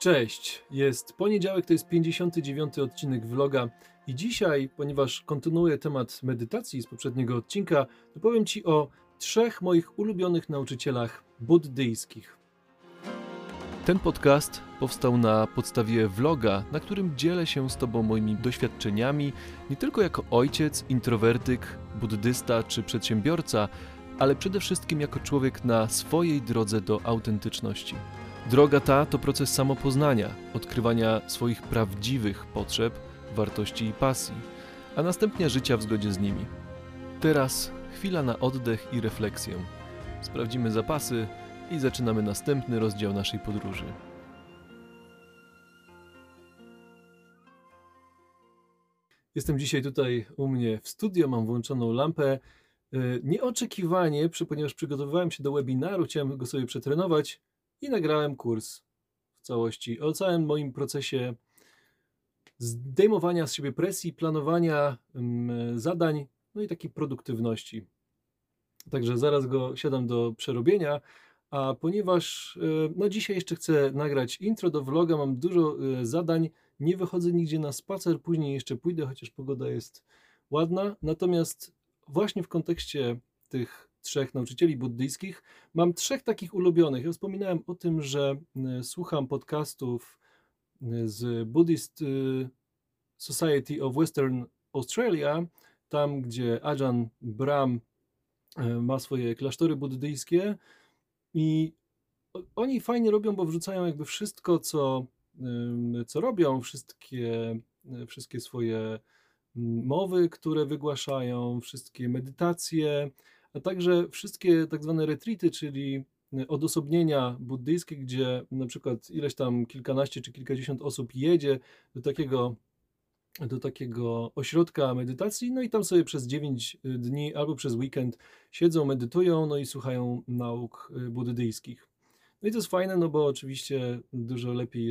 Cześć, jest poniedziałek, to jest 59. odcinek vloga i dzisiaj, ponieważ kontynuuję temat medytacji z poprzedniego odcinka, to powiem Ci o 3 moich ulubionych nauczycielach buddyjskich. Ten podcast powstał na podstawie vloga, na którym dzielę się z Tobą moimi doświadczeniami, nie tylko jako ojciec, introwertyk, buddysta czy przedsiębiorca, ale przede wszystkim jako człowiek na swojej drodze do autentyczności. Droga ta to proces samopoznania, odkrywania swoich prawdziwych potrzeb, wartości i pasji, a następnie życia w zgodzie z nimi. Teraz chwila na oddech i refleksję. Sprawdzimy zapasy i zaczynamy następny rozdział naszej podróży. Jestem dzisiaj tutaj u mnie w studio, mam włączoną lampę. Nieoczekiwanie, ponieważ przygotowywałem się do webinaru, chciałem go sobie przetrenować i nagrałem kurs w całości o całym moim procesie zdejmowania z siebie presji, planowania zadań, no i takiej produktywności. Także zaraz go siadam do przerobienia, a ponieważ dzisiaj jeszcze chcę nagrać intro do vloga, mam dużo zadań, nie wychodzę nigdzie na spacer, później jeszcze pójdę, chociaż pogoda jest ładna, natomiast właśnie w kontekście tych 3 nauczycieli buddyjskich mam 3 takich ulubionych. Ja wspominałem o tym, że słucham podcastów z Buddhist Society of Western Australia, tam gdzie Ajahn Brahm ma swoje klasztory buddyjskie i oni fajnie robią, bo wrzucają jakby wszystko, co robią, wszystkie swoje mowy, które wygłaszają, wszystkie medytacje, a także wszystkie tak zwane retreaty, czyli odosobnienia buddyjskie, gdzie na przykład ileś tam kilkanaście czy kilkadziesiąt osób jedzie do takiego ośrodka medytacji, no i tam sobie przez 9 dni albo przez weekend siedzą, medytują, no i słuchają nauk buddyjskich. No i to jest fajne, no bo oczywiście dużo lepiej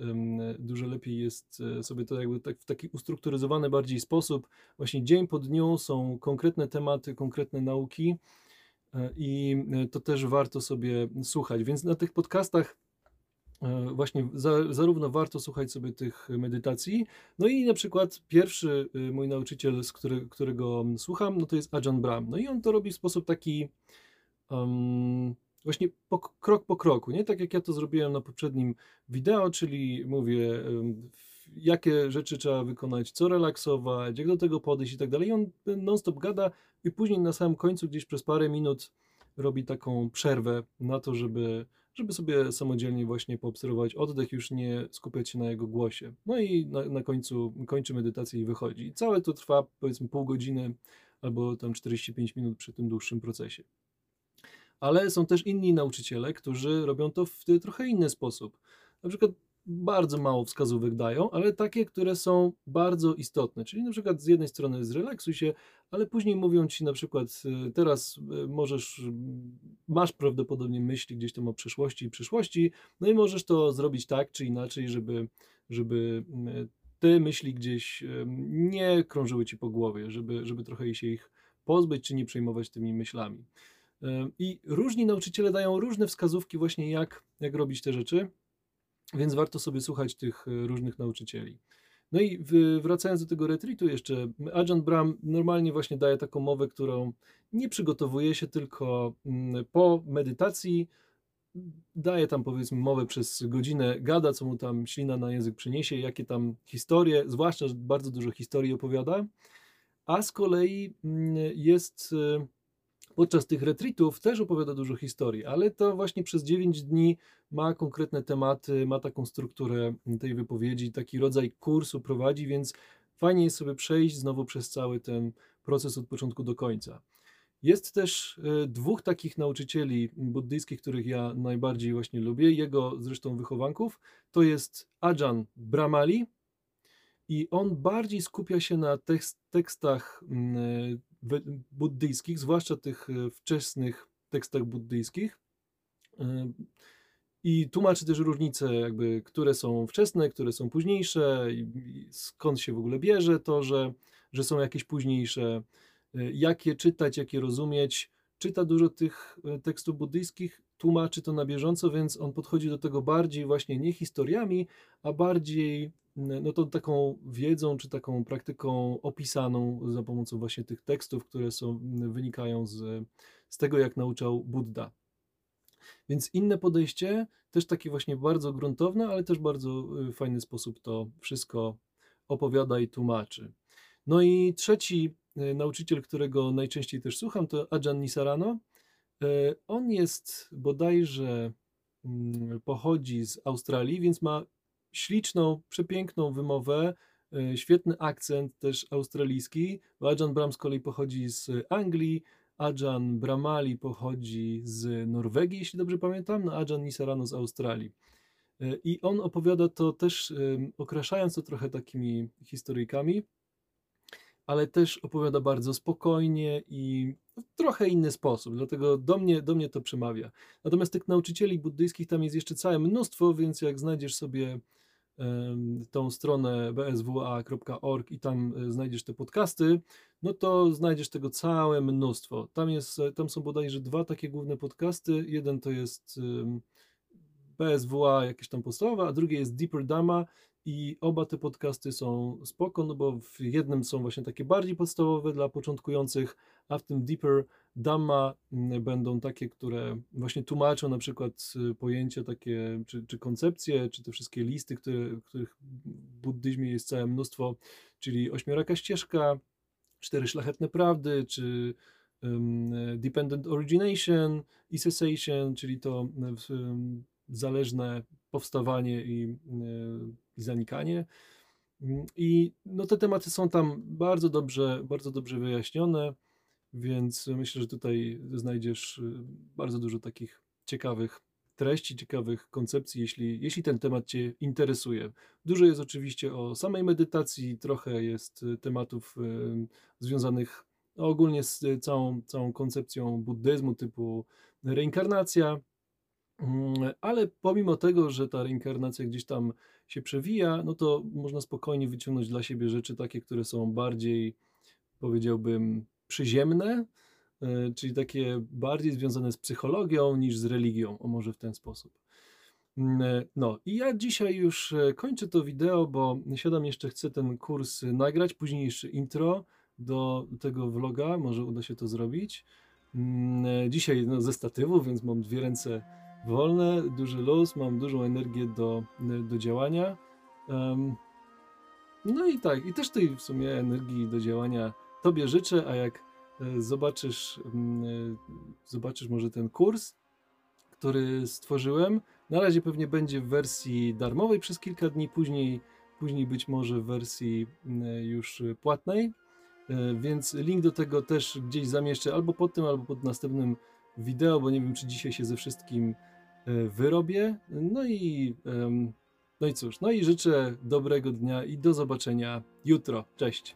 jest sobie to jakby tak w taki ustrukturyzowany bardziej sposób. Właśnie dzień po dniu są konkretne tematy, konkretne nauki i to też warto sobie słuchać. Więc na tych podcastach właśnie zarówno warto słuchać sobie tych medytacji, no i na przykład pierwszy mój nauczyciel, którego słucham, no to jest Ajahn Brahm. No i on to robi w sposób taki właśnie krok po kroku, nie? Tak jak ja to zrobiłem na poprzednim wideo, czyli mówię, jakie rzeczy trzeba wykonać, co relaksować, jak do tego podejść i tak dalej. I on non-stop gada i później na samym końcu gdzieś przez parę minut robi taką przerwę na to, żeby sobie samodzielnie właśnie poobserwować oddech, już nie skupiać się na jego głosie. No i na końcu kończy medytację i wychodzi. I całe to trwa powiedzmy pół godziny albo tam 45 minut przy tym dłuższym procesie. Ale są też inni nauczyciele, którzy robią to w trochę inny sposób. Na przykład bardzo mało wskazówek dają, ale takie, które są bardzo istotne. Czyli na przykład z jednej strony zrelaksuj się, ale później mówią ci na przykład teraz masz prawdopodobnie myśli gdzieś tam o przeszłości i przyszłości, no i możesz to zrobić tak czy inaczej, żeby te myśli gdzieś nie krążyły ci po głowie, żeby trochę się ich pozbyć, czy nie przejmować tymi myślami. I różni nauczyciele dają różne wskazówki właśnie jak robić te rzeczy, więc warto sobie słuchać tych różnych nauczycieli. No i wracając do tego retreatu jeszcze, Ajahn Brahm normalnie właśnie daje taką mowę, którą nie przygotowuje się, tylko po medytacji daje tam powiedzmy mowę przez godzinę, gada, co mu tam ślina na język przyniesie, jakie tam historie, zwłaszcza, że bardzo dużo historii opowiada, a z kolei jest podczas tych retreatów też opowiada dużo historii, ale to właśnie przez 9 dni ma konkretne tematy, ma taką strukturę tej wypowiedzi, taki rodzaj kursu prowadzi, więc fajnie jest sobie przejść znowu przez cały ten proces od początku do końca. Jest też 2 takich nauczycieli buddyjskich, których ja najbardziej właśnie lubię, jego zresztą wychowanków, to jest Ajahn Brahmali i on bardziej skupia się na tekstach buddyjskich, zwłaszcza tych wczesnych tekstach buddyjskich i tłumaczy też różnice jakby, które są wczesne, które są późniejsze i skąd się w ogóle bierze to, że są jakieś późniejsze, jak je czytać, jak je rozumieć. Czyta dużo tych tekstów buddyjskich, tłumaczy to na bieżąco, więc on podchodzi do tego bardziej właśnie nie historiami, a bardziej no to taką wiedzą, czy taką praktyką opisaną za pomocą właśnie tych tekstów, które wynikają z tego, jak nauczał Buddha. Więc inne podejście, też takie właśnie bardzo gruntowne, ale też bardzo fajny sposób to wszystko opowiada i tłumaczy. No i trzeci nauczyciel, którego najczęściej też słucham, to Ajahn Nisarano. On jest bodajże, pochodzi z Australii, więc ma śliczną, przepiękną wymowę, świetny akcent też australijski. Ajahn Brahm z kolei pochodzi z Anglii, Ajahn Brahmali pochodzi z Norwegii, jeśli dobrze pamiętam, no Ajahn Nisarano z Australii. I on opowiada to też, okraszając to trochę takimi historyjkami, ale też opowiada bardzo spokojnie i w trochę inny sposób, dlatego do mnie to przemawia. Natomiast tych nauczycieli buddyjskich tam jest jeszcze całe mnóstwo, więc jak znajdziesz sobie tą stronę bswa.org i tam znajdziesz te podcasty, no to znajdziesz tego całe mnóstwo. Tam są bodajże 2 takie główne podcasty. Jeden to jest BSWA jakieś tam podstawowe, a drugie jest Deeper Dhamma i oba te podcasty są spoko, no bo w jednym są właśnie takie bardziej podstawowe dla początkujących, a w tym Deeper Dhamma będą takie, które właśnie tłumaczą na przykład pojęcia takie, czy koncepcje, czy te wszystkie listy, których w buddyzmie jest całe mnóstwo, czyli 8-raka ścieżka, 4 szlachetne prawdy, czy Dependent Origination i Cessation, czyli to zależne powstawanie i zanikanie. I no te tematy są tam bardzo dobrze wyjaśnione, więc myślę, że tutaj znajdziesz bardzo dużo takich ciekawych treści, ciekawych koncepcji, jeśli ten temat Cię interesuje. Dużo jest oczywiście o samej medytacji, trochę jest tematów związanych ogólnie z całą koncepcją buddyzmu typu reinkarnacja, ale pomimo tego, że ta reinkarnacja gdzieś tam się przewija, no to można spokojnie wyciągnąć dla siebie rzeczy takie, które są bardziej, powiedziałbym, przyziemne, czyli takie bardziej związane z psychologią niż z religią, o może w ten sposób. No i ja dzisiaj już kończę to wideo, bo jeszcze chcę ten kurs nagrać, później jeszcze intro do tego vloga, może uda się to zrobić. Dzisiaj ze statywu, więc mam 2 ręce wolne, duży luz, mam dużą energię do działania. No i tak, i też tej w sumie energii do działania Tobie życzę, a jak zobaczysz może ten kurs, który stworzyłem, na razie pewnie będzie w wersji darmowej przez kilka dni, później być może w wersji już płatnej, więc link do tego też gdzieś zamieszczę albo pod tym, albo pod następnym wideo, bo nie wiem, czy dzisiaj się ze wszystkim wyrobię. No i cóż, no i życzę dobrego dnia i do zobaczenia jutro. Cześć!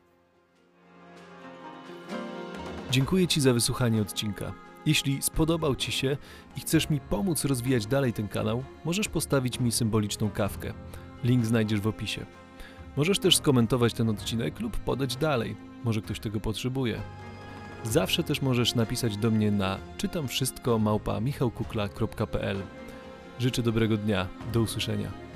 Dziękuję Ci za wysłuchanie odcinka. Jeśli spodobał Ci się i chcesz mi pomóc rozwijać dalej ten kanał, możesz postawić mi symboliczną kawkę. Link znajdziesz w opisie. Możesz też skomentować ten odcinek lub podać dalej. Może ktoś tego potrzebuje. Zawsze też możesz napisać do mnie na czytamwszystko@michałkukla.pl. Życzę dobrego dnia. Do usłyszenia.